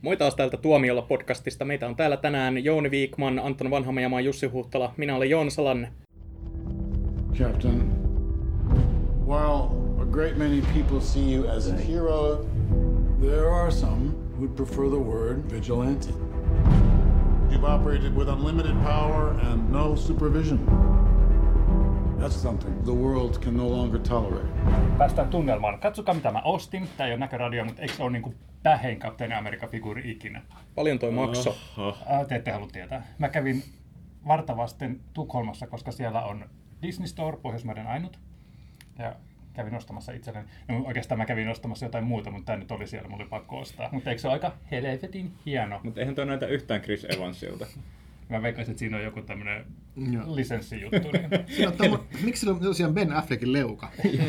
Moi taas täältä Tuomiolla podcastista. Meitä on täällä tänään Jouni Viikman, Anton Vanhama ja Jussi Huhtala. Minä olen Joona Salanne. Captain, while a great many people see you as a hero, there are some who prefer the word vigilante. You've operated with unlimited power and no supervision. That's something the world can no longer tolerate. Päästään tunnelmaan. Katsokaa mitä mä ostin. Tää ei ole näköradio, mutta eikö se ole niinku pähein Kapteeni Amerikka-figuuri ikinä? Paljon toi makso. Te ette halua tietää. Mä kävin vartavasten Tukholmassa, koska siellä on Disney Store, Pohjoismaiden ainut. Ja kävin ostamassa itselleni. No, oikeastaan mä kävin ostamassa jotain muuta, mutta tää nyt oli siellä, mulla oli pakko ostaa. Mutta eikö se ole aika helvetin hieno? Mutta eihän toi näytä yhtään Chris Evansilta. Mä veikkaisin, että siinä on joku tämmönen lisenssijuttu. Niin. Miksi sillä on tosiaan Ben Affleckin leuka?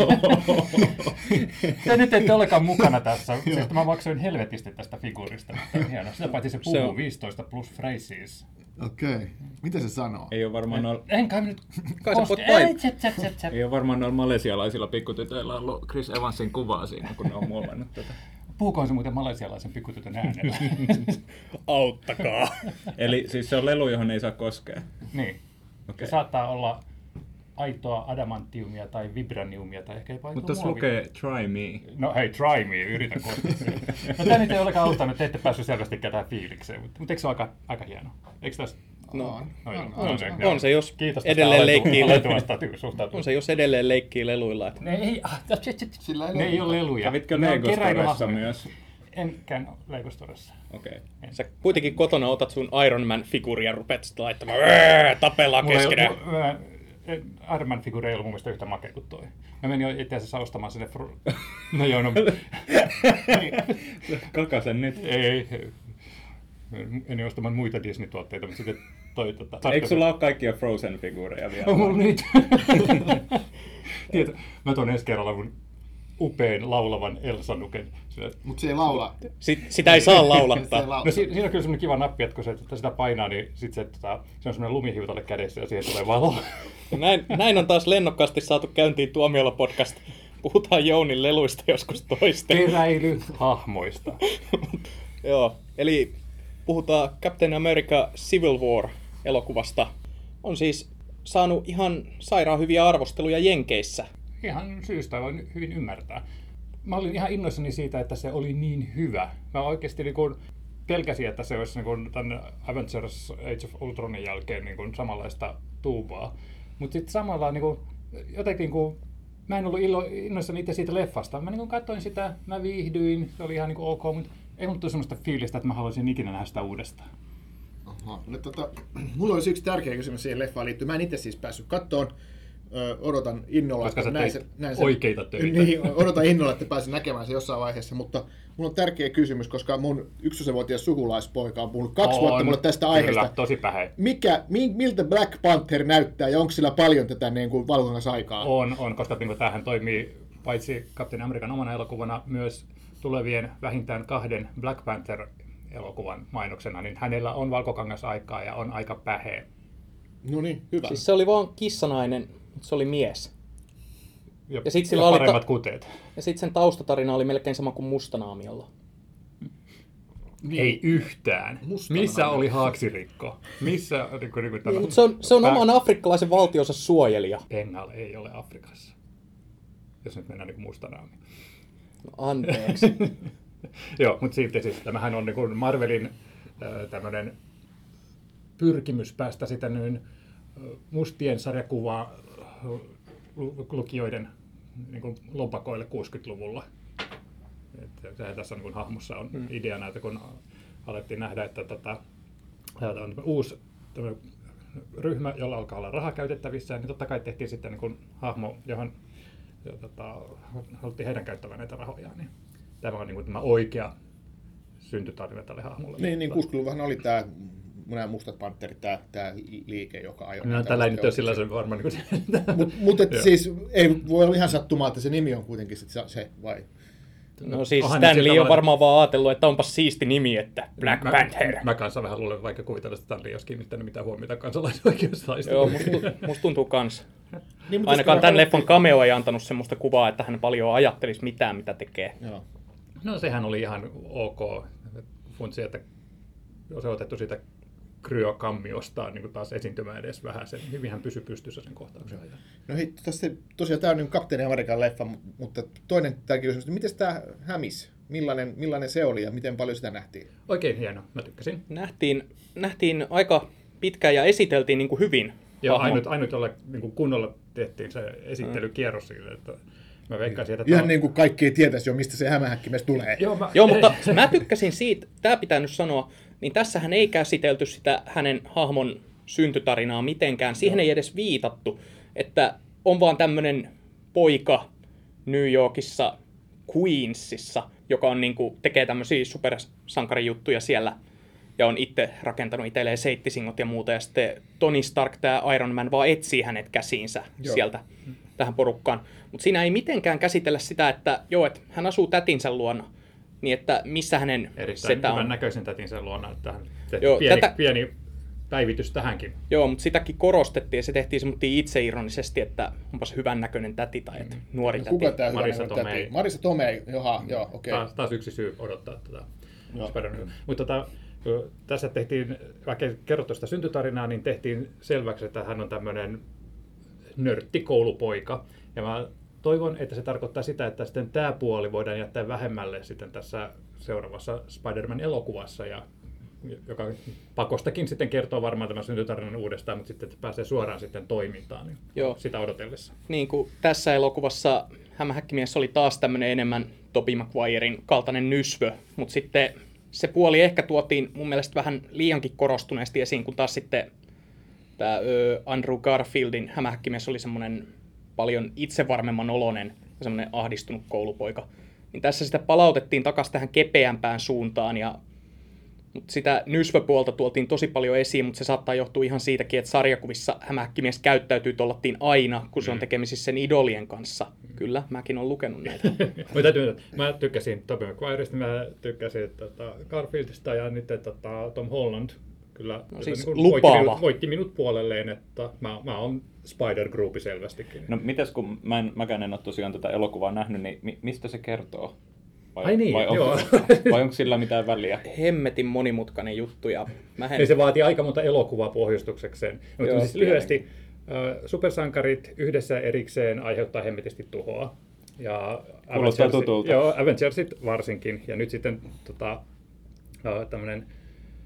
Te nyt ette olekaan mukana tässä. Siis mä maksoin helvetisti tästä figuurista. Hieno. Sitä paitsi se puhuu 15 plus phrases. Okei. Mitä se sanoo? Ei ole varmaan Enkä nyt koske. Ei ole varmaan noilla malesialaisilla pikkutytöillä ollut Chris Evansin kuvaa siinä, kun ne on muovannut tätä. Puhukoon se muuten malesialaisen pikkutytön äänellä. Auttakaa. Eli siis se on lelu, johon ei saa koskea. Niin. Okay. Se saattaa olla aitoa adamantiumia tai vibraniumia tai ehkä jopa mutta tässä lukee try me. No hei, try me, yritä koskea. No tää nyt ei olekaan auttanut, te ette päässyt selvästikään tähän fiilikseen, mutta eikö se ole aika hieno? Eikö tässä? On se, jos kiitos edelleen leikkii suhtautumista. On se, jos edelleen leikkii leluilla. Että... Ne ei ole leluja. Kävitkö Lego-storessa myös? Enkään Lego-storessa. Okei. Sä kuitenkin kotona otat sun Iron Man-figuuria ja rupeat sitä laittamaan, tapellaan keskenään. Iron Man-figuuri ei ollut mun mielestä yhtä makea kuin toi. Mä menin itse asiassa ostamaan sinne... No joo, no... Kakasen nyt. Ei. Menin ostamaan muita Disney-tuotteita, mutta sitten toi... Eikö sulla ole kaikkia Frozen-figuureja vielä? On mulla niitä. Mä tuon ensi kerralla mun upein laulavan Elsa-nuken. Mutta se ei laula. Sitä ei saa laulattaa. No siinä on kyllä semmoinen kiva nappi, että kun se sitä painaa, niin sit se on semmoinen lumihiutale kädessä ja siihen tulee valo. Näin on taas lennokkaasti saatu käyntiin Tuomiolla podcast. Puhutaan Jounin leluista joskus toisten. Peräilyhahmoista. Joo, eli puhutaan Captain America Civil War-elokuvasta. On siis saanut ihan sairaan hyviä arvosteluja Jenkeissä. Ihan syystä voin hyvin ymmärtää. Mä olin ihan innoissani siitä, että se oli niin hyvä. Mä oikeasti niin kun pelkäsin, että se olisi niin kun tämän Avengers Age of Ultronin jälkeen niin kun samanlaista tuubaa. Mutta sitten samalla niin kun, jotenkin kun mä en ollut innoissani itse siitä leffasta. Mä niin kun katsoin sitä, mä viihdyin, se oli ihan niin kun ok, mutta ei mulla tullut sellaista fiilistä, että mä haluaisin ikinä nähdä sitä uudestaan. Aha. No, mulla olisi yksi tärkeä kysymys siihen leffaan liittyen. Mä en itse siis päässyt kattoon. Odotan innolla, koska että näin oikeita töitä. Niin, odotan innolla, että pääsen näkemään se jossain vaiheessa, mutta mulla on tärkeä kysymys, koska mun 11-vuotias sukulaispoika on puhunut 2 vuotta mulle tästä aiheesta. Kyllä, tosi päheä. Miltä Black Panther näyttää ja onko sillä paljon tätä niin kuin valkokangasaikaa? On, koska niin tämähän toimii paitsi Captain American omana elokuvana myös tulevien vähintään 2 Black Panther-elokuvan mainoksena, niin hänellä on valkokangasaikaa ja on aika päheä. No niin, hyvä. Siis se oli vaan kissanainen, mutta se oli mies. Ja sit sillä oli paremmat kuteet. Ja sitten sen taustatarina oli melkein sama kuin Mustanaamiolla. Niin. Ei yhtään. Missä oli haaksirikko? Missä tämä... Mutta se on oman afrikkalaisen valtionsa suojelija. Bengal ei ole Afrikassa. Jos nyt mennään niin kuin Mustanaamioon. No, anteeksi. Joo, mutta silti siis tämähän on niin kuin Marvelin tämmöinen pyrkimys päästä sitä niin mustien sarjakuvaa lukijoiden niin kuin lompakoille 60-luvulla. Sehän tässä on, niin kuin hahmossa on ideana, että kun alettiin nähdä, että on uusi ryhmä, jolla alkaa olla rahaa käytettävissä, niin totta kai tehtiin sitten niin kuin hahmo, johon haluttiin heidän käyttävän näitä rahoja. Niin tämä on niin kuin tämä oikea syntytarina tälle hahmolle. Niin 60-luvullahan oli tämä nämä mustat panterit, tämä liike, joka ajoi. No, tällä ei nyt ole sillä se varmaan... Mutta siis ei voi olla ihan sattumaa, että se nimi on kuitenkin se vai? No siis Stan Lee on varmaan vaan ajatellut, että onpas siisti nimi, että Black Panther. Mä kanssa vähän luulen, vaikka kuvitella, että Stan Lee olisi kiinnittänyt mitään huomiota kansalaisoikeustaistelua. Joo, musta tuntuu kans. Niin, ainakaan tämän leffan cameo ei antanut semmoista kuvaa, että hän paljon ajattelisi mitään, mitä tekee. Joo. No sehän oli ihan ok. funtsi, että se on otettu siitä kryokammiostaan niin taas esiintymään edes vähän. Sen hyvin hän pysyi pystyssä sen kohtauksen ajan. No hei, tosiaan tämä on niin Kapteeni Amerikan leffa, mutta toinen tärkeä kysymys, miten tämä hämisi? Millainen se oli ja miten paljon sitä nähtiin? Oikein hieno, mä tykkäsin. Nähtiin aika pitkään ja esiteltiin niin kuin hyvin. Joo, ainut jolle niin kunnolla tehtiin se esittelykierros sille, että mä veikkaisin, että... Ihan niin kuin kaikki ei tietäisi jo, mistä se hämähäkkimies tulee. Joo, mutta mä tykkäsin siitä, tämä pitää nyt sanoa, niin tässähän ei käsitelty sitä hänen hahmon syntytarinaa mitenkään. Siihen ei edes viitattu, että on vaan tämmöinen poika New Yorkissa, Queensissa, joka on niinku, tekee tämmöisiä supersankarijuttuja siellä ja on itse rakentanut itselleen seittisingot ja muuta. Ja sitten Tony Stark, tämä Iron Man, vaan etsii hänet käsiinsä sieltä tähän porukkaan. Mutta siinä ei mitenkään käsitellä sitä, että hän asuu tätinsä luona, niin että missä hänen erittäin setä on. hyvän näköisen tätinsä luona, että hän pieni päivitys tähänkin. Joo, mutta sitäkin korostettiin ja se tehtiin semmoinen itseironisesti, että onpas hyvän näköinen täti tai että nuori täti. Kuka tämä Marisa Tomei. Marisa Tomei, joo, okei. Taas yksi syy odottaa tätä. Mutta tässä tehtiin, vaikka ei kerrottu sitä syntytarinaa, niin tehtiin selväksi, että hän on tämmöinen nörttikoulupoika. Ja mä toivon, että se tarkoittaa sitä, että sitten tämä puoli voidaan jättää vähemmälle sitten tässä seuraavassa Spider-Man-elokuvassa, joka pakostakin sitten kertoo varmaan tämän syntytarinan uudestaan, mutta sitten pääsee suoraan sitten toimintaan niin sitä odotellessa. Niin kuin tässä elokuvassa hämähäkkimies oli taas tämmöinen enemmän Tobey Maguiren kaltainen nysvö, mutta sitten se puoli ehkä tuotiin mun mielestä vähän liiankin korostuneesti esiin, kun taas sitten tämä Andrew Garfieldin hämähäkkimies oli semmoinen paljon itsevarmemman oloinen ja semmoinen ahdistunut koulupoika. Niin tässä sitä palautettiin takaisin tähän kepeämpään suuntaan, mutta sitä nysvöpuolta tuotiin tosi paljon esiin, mutta se saattaa johtua ihan siitäkin, että sarjakuvissa hämähäkkimies käyttäytyy tollattiin aina, kun se on tekemisissä sen idolien kanssa. Kyllä, mäkin olen lukenut näitä. Mä tykkäsin Tobey Maguiresta, mä tykkäsin Garfieldista ja nyt Tom Holland. Kyllä siis niin voitti minut puolelleen, että mä oon Spider-Groupi selvästikin. No mitäs kun mäkään en ole tosiaan tätä elokuvaa nähnyt, niin mistä se kertoo? Vai onko sillä mitään väliä? Hemmetin monimutkainen juttu. Ja niin se vaatii aika monta elokuvaa pohjustuksekseen. Mutta siis lyhyesti, supersankarit yhdessä erikseen aiheuttaa hemmetisti tuhoa. Ja Avengersit varsinkin. Ja nyt sitten tämmöinen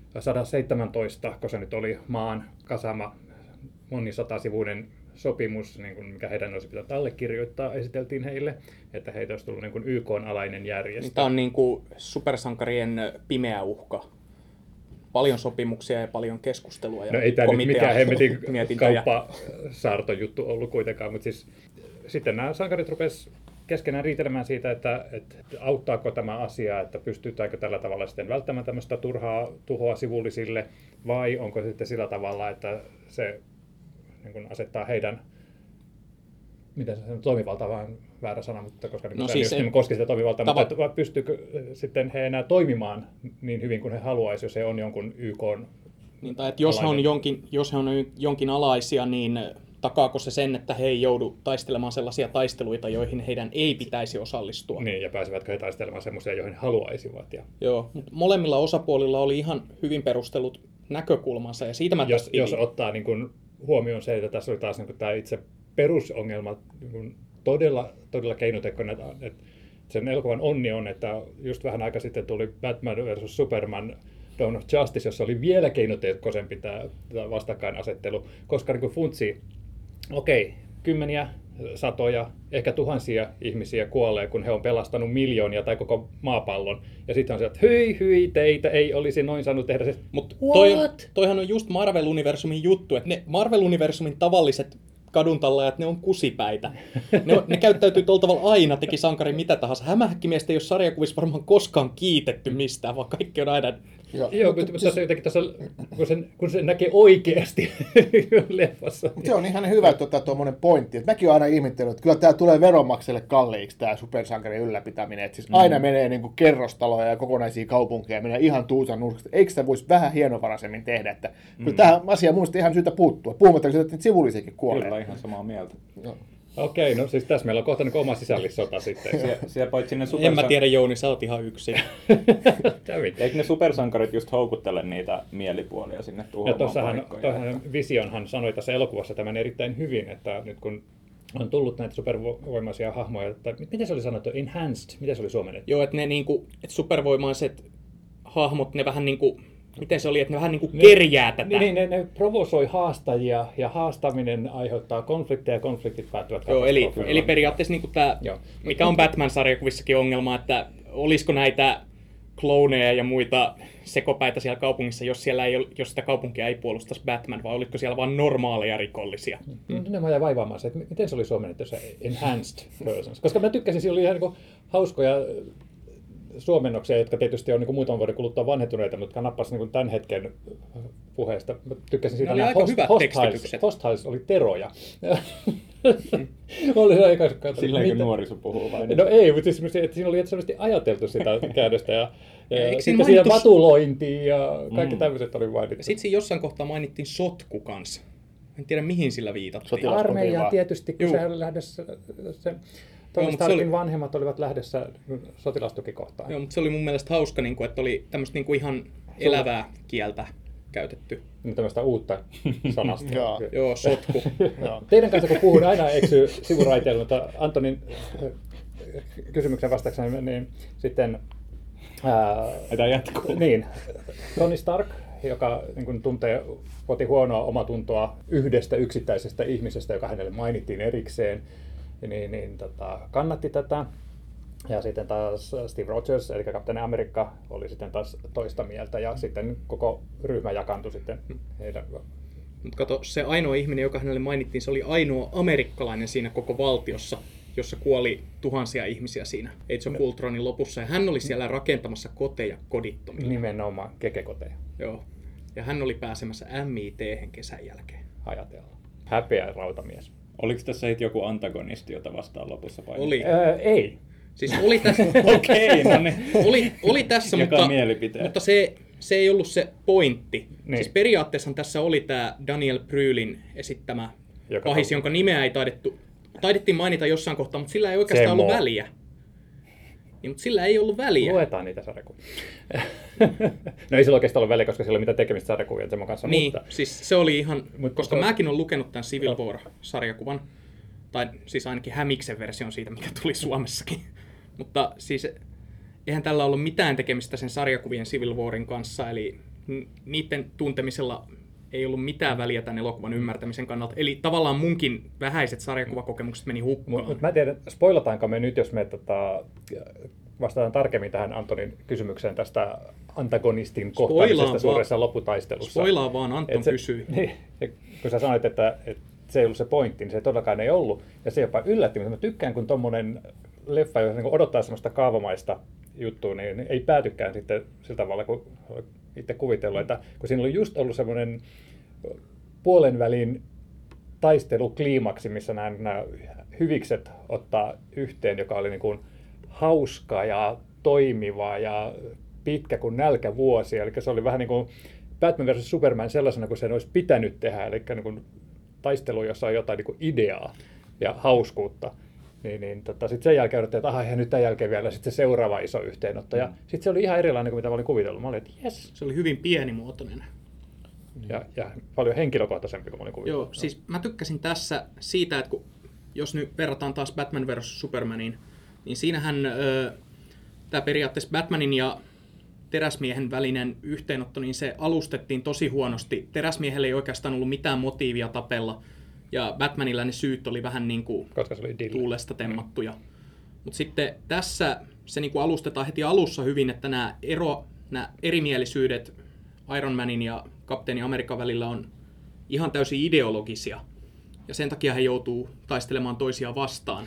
117, kun se nyt oli maan kasama monisatasivuinen sopimus, niin kuin mikä heidän olisi pitänyt allekirjoittaa, esiteltiin heille, että heitä olisi tullut niin kuin YK-alainen järjestö. Tämä on niin kuin supersankarien pimeä uhka. Paljon sopimuksia ja paljon keskustelua. Ja no ei tämä nyt mikään hemmetin kauppasaartojuttu ollut kuitenkaan, mutta siis sitten nämä sankarit rupesivat keskenään riitelemään siitä, että auttaako tämä asia, että pystytäänkö tällä tavalla sitten välttämään tämmöistä turhaa tuhoa sivullisille, vai onko sitten sillä tavalla, että se niin kuin asettaa heidän, mitä se on, toimivalta, vaan väärä sana, mutta koska niin siis se koski sitä toimivaltaa, mutta pystyykö sitten he enää toimimaan niin hyvin kuin he haluaisivat, jos he on jonkun YK:n niin, tai että jos he on jonkin alaisia, niin takaako se sen, että he ei joudu taistelemaan sellaisia taisteluita, joihin heidän ei pitäisi osallistua? Niin, ja pääsevätkö he taistelemaan sellaisia, joihin haluaisivat? Joo, mutta molemmilla osapuolilla oli ihan hyvin perustellut näkökulmansa, ja siitä mä jos ottaa niin kuin huomioon se, että tässä oli taas niin tämä itse perusongelma niin todella keinotekoinen, että sen elokuvan onni on, että just vähän aika sitten tuli Batman vs. Superman Dawn of Justice, jossa oli vielä keinotekoisempi tämä vastakkainasettelu, koska niin kuin funtsi, kymmeniä, satoja, ehkä tuhansia ihmisiä kuolee, kun he on pelastanut miljoonia tai koko maapallon. Ja sitten on se, että hyi, teitä ei olisi noin saanut tehdä se. Mutta toihan on just Marvel-universumin juttu, että ne Marvel-universumin tavalliset kaduntallajat, ne on kusipäitä. Ne käyttäytyy tuolla tavalla aina, teki sankari mitä tahansa. Hämähäkkimiestä ei ole sarjakuvissa varmaan koskaan kiitetty mistään, vaan kaikki on aina... Joo, mutta tässä, kun se näkee oikeasti leffassa. Se on ihan hyvä tuommoinen pointti. Että mäkin olen aina ihmettänyt, että kyllä tämä tulee veronmaksajille kalliiksi, tämä supersankarin ylläpitäminen. Että siis aina menee niin kuin kerrostaloja ja kokonaisia kaupunkeja, menee ihan tuusan nurkasta. Eikö sitä voisi vähän hienovaraisemmin tehdä? Että kyllä tähän asiaan mun mielestä ihan syytä puuttua. Puhumattakin siitä, että sivullisiakin kuolee. Kyllä, ihan samaa mieltä. Okei, no siis tässä meillä on kohta niin oma sisällissota sitten. Siellä paitsi ne En mä tiedä, Jouni, sä oot ihan yksin. Eikö ne supersankarit just houkuttele niitä mielipuolia sinne tuhoamaan paikkoja? Visionhan sanoi tässä elokuvassa tämän erittäin hyvin, että nyt kun on tullut näitä supervoimaisia hahmoja, että miten se oli sanottu? Enhanced? Miten se oli suomennettu? Joo, että ne niinku, että supervoimaiset hahmot, ne vähän niinku, miten se oli, että ne vähän niinku kerjää tätä. Niin, ne provosoi haastajia ja haastaminen aiheuttaa konflikteja ja konfliktit päättyvät katastrofilla. Joo, eli periaatteessa niinku tämä, mikä on Batman-sarjakuvissakin ongelma, että olisiko näitä klooneja ja muita sekopäitä siellä kaupungissa, jos sitä kaupunkia ei puolustaisi Batman, vai olisiko siellä vain normaaleja rikollisia? Ne mä jäin vaivaamaan se, että miten se oli suomennettu se enhanced persons. Koska mä tykkäsin, siinä oli ihan niin hauskoja suomennoksia, jotka tietysti on niin muutaman vuoden kuluttua vanhentuneita, mutta nappasi niin tämän hetken puheesta. Mä tykkäsin siitä, että aika hyvät tekstitykset. Hostiles oli teroja. Silläkin nuoriso puhuu vai? No ei, mutta siis, että siinä oli selvästi ajateltu sitä käännöstä ja sitten siinä vatulointia ja kaikki tämmöiset oli mainittu. Sitten siinä jossain kohtaa mainittiin sotku kanssa. En tiedä mihin sillä viitattiin. Armeijaa tietysti, kun se oli lähdössä... Tony Starkin vanhemmat olivat lähdössä sotilastukikohtaan. Joo, mutta se oli mun mielestä hauska, että oli tämmöistä ihan elävää kieltä käytetty. Tämmöistä uutta sanasta. Joo, sotku. Teidän kanssa kun puhun, aina eksyy sivuraiteilla, mutta Antonin kysymyksen vastauksena, niin sitten... Mitä jatkuu? Niin, Tony Stark, joka niin tuntee huonoa omatuntoa yhdestä yksittäisestä ihmisestä, joka hänelle mainittiin erikseen, kannatti tätä. Ja sitten taas Steve Rogers, eli Kapteeni Amerikka, oli sitten taas toista mieltä, ja sitten koko ryhmä jakaantui sitten heidän... Mutta kato, se ainoa ihminen, joka hänelle mainittiin, se oli ainoa amerikkalainen siinä koko valtiossa, jossa kuoli tuhansia ihmisiä siinä Age of Ultronin lopussa, ja hän oli siellä rakentamassa koteja kodittomille. Nimenomaan kekekoteja. Joo, ja hän oli pääsemässä MIT:hen kesän jälkeen. Ajatellaan. Häpeä rautamies. Oliko tässä joku antagonisti, jota vastaan lopussa painittiin? Oli. Ei. Siis oli tässä. Okei, no niin. Oli tässä, mutta se ei ollut se pointti. Niin. Siis periaatteessa tässä oli tämä Daniel Brühlin esittämä pahis, jonka nimeä ei taidettiin mainita jossain kohtaa, mutta sillä ei oikeastaan ollut väliä. Niin, mutta sillä ei ollut väliä. Luetaan niitä sarjakuvia. No ei sillä oikeastaan ollut väliä, koska sillä ei ole mitään tekemistä sarjakuvien sen kanssa. Niin, mutta... siis se oli ihan, koska mäkin olen lukenut tämän Civil War-sarjakuvan, tai siis ainakin Hämiksen version siitä, mikä tuli Suomessakin. Mutta siis eihän tällä ollut mitään tekemistä sen sarjakuvien Civil Warin kanssa, eli niiden tuntemisella ei ollut mitään väliä tämän elokuvan ymmärtämisen kannalta. Eli tavallaan munkin vähäiset sarjakuvakokemukset meni hukkaan. Mutta mä tiedän, spoilataanko me nyt, jos me vastataan tarkemmin tähän Antonin kysymykseen tästä antagonistin kohtaamisesta suuressa lopputaistelussa. Spoilaa vaan, Anton kysyi. Niin, kun sä sanoit, että se ei ollut se pointti, niin se todellakaan ei ollut. Ja se jopa yllätti, mutta mä tykkään, kun tommonen leffa, jos odottaa semmoista kaavamaista juttua, niin ei päätykään sitten sillä tavalla, kun itse kuvitellut, että kun siinä oli just ollut semmoinen puolen välin taistelukliimaksi, missä nämä hyvikset ottaa yhteen, joka oli niin kuin hauska ja toimiva ja pitkä kuin nälkävuosi. Eli se oli vähän niin kuin Batman vs. Superman sellaisena, kuin sen olisi pitänyt tehdä, eli niin kuin taistelu, jossa on jotain niin kuin ideaa ja hauskuutta. Sitten sen jälkeen odottiin, että ja nyt tämän jälkeen vielä sitten se seuraava iso yhteenotto. Ja sitten se oli ihan erilainen kuin mitä mä olin kuvitellut. Mä olin, että jes. Se oli hyvin pienimuotoinen. Ja paljon henkilökohtaisempi kuin mä olin kuvitellut. Joo, siis mä tykkäsin tässä siitä, että jos nyt verrataan taas Batman vs. Supermaniin, niin siinähän tämä periaatteessa Batmanin ja Teräsmiehen välinen yhteenotto, niin se alustettiin tosi huonosti. Teräsmiehellä ei oikeastaan ollut mitään motiivia tapella. Ja Batmanilla ne syyt oli vähän niin kuin tuulesta temmattuja. Mutta sitten tässä se niin kuin alustetaan heti alussa hyvin, että nämä erimielisyydet Iron Manin ja Kapteeni Amerikan välillä on ihan täysin ideologisia. Ja sen takia he joutuu taistelemaan toisiaan vastaan.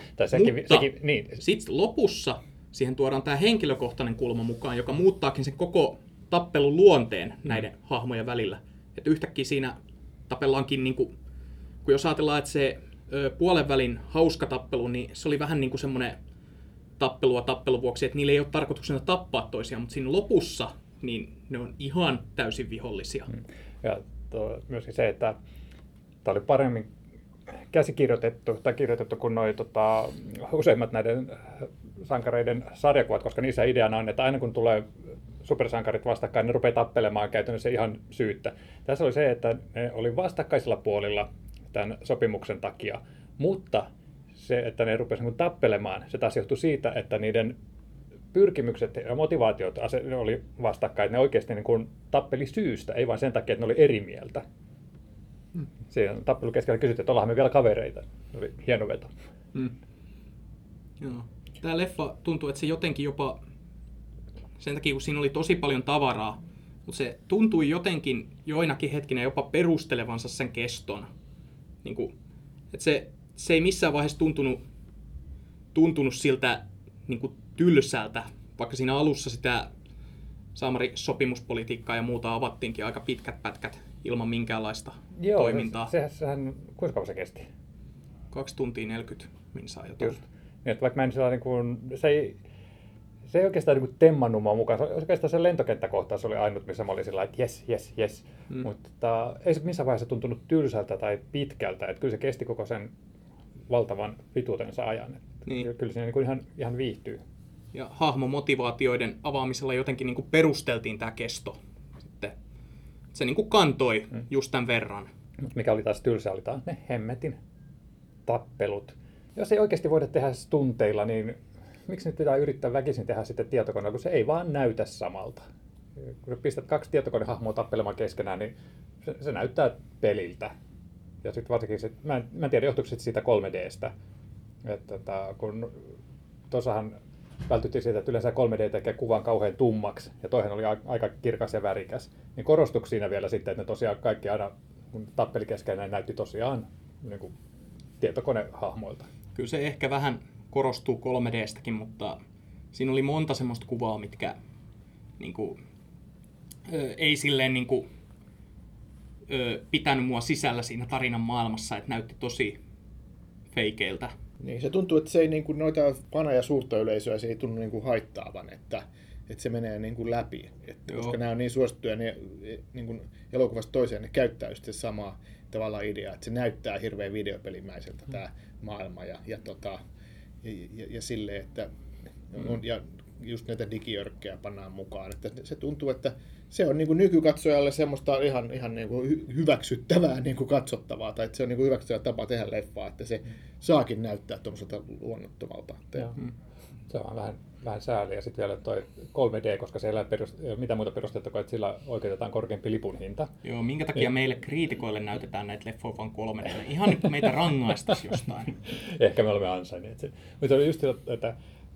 Sitten lopussa siihen tuodaan tämä henkilökohtainen kulma mukaan, joka muuttaakin sen koko tappelun luonteen näiden hahmojen välillä. Että yhtäkkiä siinä tappellaankin niin kuin, kun jos ajatellaan, että se puolen välin hauska tappelu, niin se oli vähän niin kuin semmoinen tappelun vuoksi, että niillä ei ole tarkoituksena tappaa toisiaan, mutta siinä lopussa niin ne on ihan täysin vihollisia. Ja myöskin se, että tämä oli paremmin käsikirjoitettu tai kirjoitettu kuin useimmat näiden sankareiden sarjakuvat, koska niissä ideana on, että aina kun tulee supersankarit vastakkain, ne rupeaa tappelemaan käytännössä ihan syyttä. Tässä oli se, että ne oli vastakkaisilla puolilla tämän sopimuksen takia, mutta se, että ne rupesivat tappelemaan, se taas johtui siitä, että niiden pyrkimykset ja motivaatiot ne oli vastakkain. Ne oikeasti niin kuin tappeli syystä, ei vain sen takia, että ne oli eri mieltä. Siinä tappelu keskellä kysyttiin, että ollaanhan me vielä kavereita. Se oli hieno veto. Joo. Tämä leffa tuntuu, että se jotenkin jopa, sen takia kun siinä oli tosi paljon tavaraa, mutta se tuntui jotenkin joinakin hetkinä jopa perustelevansa sen keston. Niin kuin, että se ei missään vaiheessa tuntunut siltä niin kuin tylsältä, vaikka siinä alussa sitä saamarisopimuspolitiikkaa ja muuta avattiinkin aika pitkät pätkät ilman minkäänlaista toimintaa. Sehän, kuinka kauan se kesti? 2 tuntia 40 minsaa jotain. Just. Niin, vaikka mä en sellainen kuin, se ei oikeastaan niin temmannut mua mukaan. Oikeastaan se lentokenttäkohtaus oli ainut, missä mä olin sillä että jes. Mutta ei se missään vaiheessa tuntunut tylsältä tai pitkältä. Että kyllä se kesti koko sen valtavan pituutensa ajan. Niin. Kyllä siinä niin ihan viihtyy. Ja hahmomotivaatioiden avaamisella jotenkin niin kuin perusteltiin tämä kesto. Sitten se niin kuin kantoi just tämän verran. Mikä oli taas tylsä, oli taas ne hemmetin tappelut. Jos ei oikeasti voida tehdä tunteilla, niin miksi nyt pitää yrittää väkisin tehdä sitten tietokoneella, kun se ei vaan näytä samalta. Kun pistät 2 tietokonehahmoa tappelemaan keskenään, niin se näyttää peliltä. Ja sitten varsinkin, mä en tiedä, johtuuko siitä 3D:stä. Että kun tuossahan vältyttiin siitä, että yleensä 3D tekee kuvan kauhean tummaksi, ja toihan oli aika kirkas ja värikäs. Niin korostuiko siinä vielä sitten, että ne tosiaan kaikki aina, kun tappeli keskenään, näytti tosiaan niin kuin tietokonehahmoilta. Kyllä se ehkä vähän korostuu 3D:stäkin, mutta siinä oli monta semmoista kuvaa, mitkä niin kuin, ei silleen niin kuin, pitänyt mua sisällä siinä tarinan maailmassa, että näytti tosi feikeiltä. Niin, se tuntuu, että se ei niin kuin noita fana- ja suurta yleisöä se ei tunnu niin kuin haittaavan, että se menee niin kuin läpi. Koska nämä on niin suosittuja, ne niin kuin elokuvasta toiseen ne käyttää just se sama tavallaan idea, että se näyttää hirveän videopelimäiseltä tämä maailma ja silleen, että ja just näitä digiörkkejä pannaan mukaan. Että se tuntuu, että se on niin kuin nykykatsojalle semmoista ihan niin kuin hyväksyttävää niin kuin katsottavaa, tai että se on niin kuin hyväksyttävä tapa tehdä leffaa, että se saakin näyttää tuommoiselta luonnottomalta. Se on vähän sääli. Ja sitten vielä toi 3D, koska siellä ei ole mitään muuta perustetta kuin, että sillä oikeutetaan korkeampi lipun hinta. Joo, minkä takia meille kriitikoille näytetään näitä leffoja vaan 3D? Ihan niin kuin meitä rangaistaisi jostain. Ehkä me olemme ansainneet sen. Mutta oli just että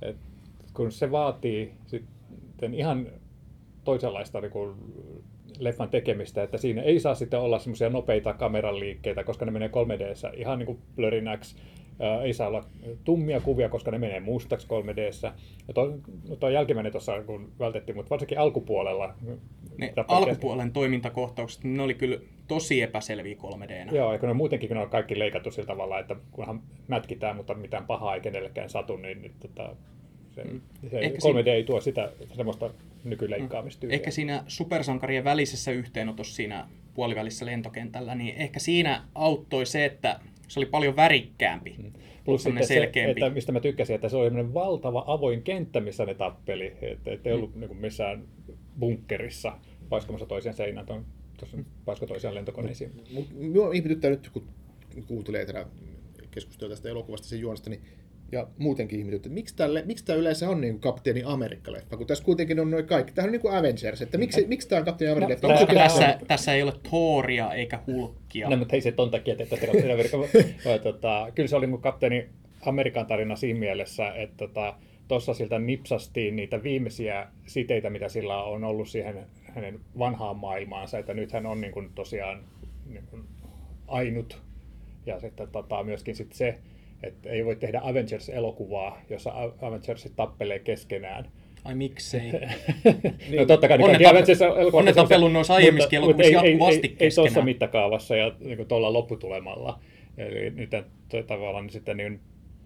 kun se vaatii sitten ihan toisenlaista niin kuin leffan tekemistä, että siinä ei saa sitten olla semmoisia nopeita kameran liikkeitä, koska ne menee 3D:ssä ihan niin kuin blurrinäksi. Ei saa olla tummia kuvia, koska ne menee mustaksi 3D:ssä. Ja tuo jälkimmäinen tuossa kun vältettiin, mutta varsinkin alkupuolella. Ne alkupuolen toimintakohtaukset, ne oli kyllä tosi epäselviä 3D:nä. Joo, ja kun ne muutenkin kun ne on kaikki leikattu sillä tavalla, että kunhan mätkitään, mutta mitään pahaa ei kenellekään satu, niin se 3D ei tuo sitä semmoista nykyleikkaamistyyliä. Ehkä siinä supersankarien välisessä yhteenotossa siinä puolivälissä lentokentällä, niin ehkä siinä auttoi se, että se oli paljon värikkäämpi. Plus sitten selkeämpi. Se, että mistä mä tykkäsin, että se oli valtava avoin kenttä, missä ne tappeli. Että ei ollut niin missään bunkkerissa paiskamassa toisen seinään, paisko toisiaan lentokoneisiin. Minua ihmetyttää nyt, kun kuuntelee tätä keskustelua tästä elokuvasta sen juonesta, niin ja muutenkin ihmetyttää, että miksi tämä yleensä on niin Kapteeni Amerikka-leffa, kun tässä kuitenkin on noin kaikki. Tämä on niin kuin Avengers, että miksi tämä on Kapteeni Amerikka-leffa? Tässä ei ole Thoria eikä Hulkkia. No, mutta ei se ton takia tehtä sitä Kapteeni Amerikka. Kyllä se oli niin Kapteeni Amerikan tarina siinä mielessä, että tuossa siltä nipsastiin niitä viimeisiä siteitä, mitä sillä on ollut siihen hänen vanhaan maailmaansa, että nyt hän on niin kuin tosiaan niin kuin ainut. Ja sitten myöskin sit se, että ei voi tehdä Avengers-elokuvaa, jossa Avengersit tappelee keskenään. Ai miksei? No totta kai kaikki Avengers-elokuvat. On ne tapellut noissa aiemmissakin elokuvissa jatkuvasti keskenään. Ei tuossa mittakaavassa ja niin tuolla lopputulemalla. Eli nyt tavallaan sitten niin,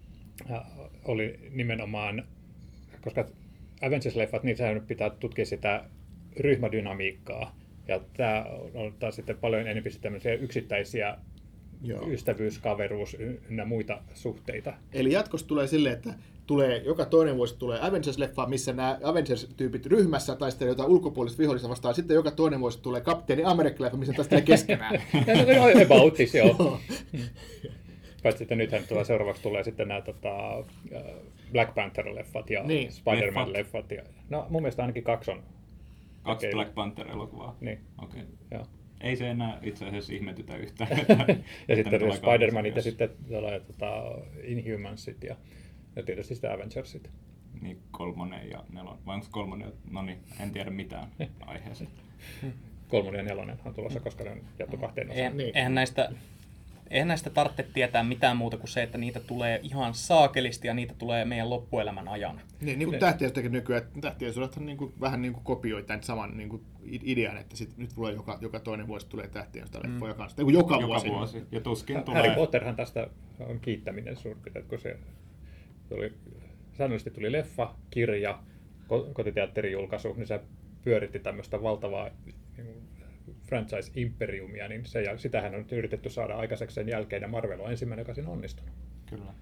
oli nimenomaan, koska Avengers-leffat, niin sehän pitää tutkia sitä ryhmädynamiikkaa. Ja tämä on taas sitten paljon enemmän tämmöisiä yksittäisiä ystävyys, kaveruus ynnä muita suhteita. Eli jatkossa tulee silleen, että joka toinen vuosi tulee Avengers-leffa, missä nämä Avengers-tyypit ryhmässä taistelee jotain ulkopuolista vihollista vastaan. Sitten joka toinen vuosi tulee Kapteeni Amerikka-leffa, missä taistelee keskenään. Aboutis, joo. Paitsi että nythän seuraavaksi tulee sitten nämä Black Panther-leffat ja Spider-Man-leffat. No mun mielestä ainakin 2 on. 2 Black Panther-elokuvaa? Niin. Okei. Joo. Ei se enää itse asiassa ihmetytä yhtään. Ja sitten Spider-Manit ja sitten Inhumansit ja tietysti sitten Avengersit. Niin 3 ja 4. Vai onko 3? No niin, en tiedä mitään aiheesta. 3 ja 4 on tulossa, koska ne on jaettu 2 osaan. Eihän näistä tarvitse tietää mitään muuta kuin se, että niitä tulee ihan saakelisti ja niitä tulee meidän loppuelämän ajan. Niin kuin Tähtiöstäkin nykyään, Tähtiösodathan vähän niin kuin kopioi tämän saman niin kuin idean, että nyt tulee joka toinen vuosi tulee Tähtiöstä leffoja kanssa. Joka vuosi. Ja tuskin tulee. Harry Potterhan tästä on kiittäminen suurin piirtein, kun se säännöllisesti tuli leffa, kirja, kotiteatterijulkaisu, niin se pyöritti tämmöistä valtavaa franchise-imperiumia, niin sitähän on yritetty saada aikaiseksi sen jälkeen, ja Marvel on ensimmäinen, joka siinä on onnistunut. Kyllä.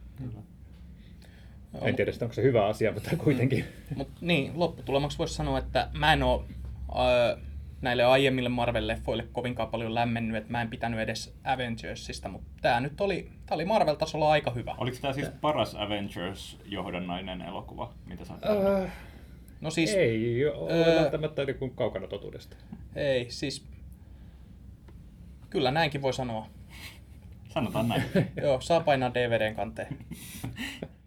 En tiedä, onko se hyvä asia, mutta kuitenkin. Niin, lopputulemaksi voisi sanoa, että mä en ole näille aiemmille Marvel-leffoille kovinkaan paljon lämmennyt, että mä en pitänyt edes Avengersista, mutta tää nyt oli Marvel-tasolla aika hyvä. Oliko tää siis paras Avengers-johdannainen elokuva, mitä sä No siis, ei ole välttämättä niin kaukana totuudesta. Ei, siis kyllä näinkin voi sanoa. Sanotaan näin. Joo, saa painaa DVDn kanteen.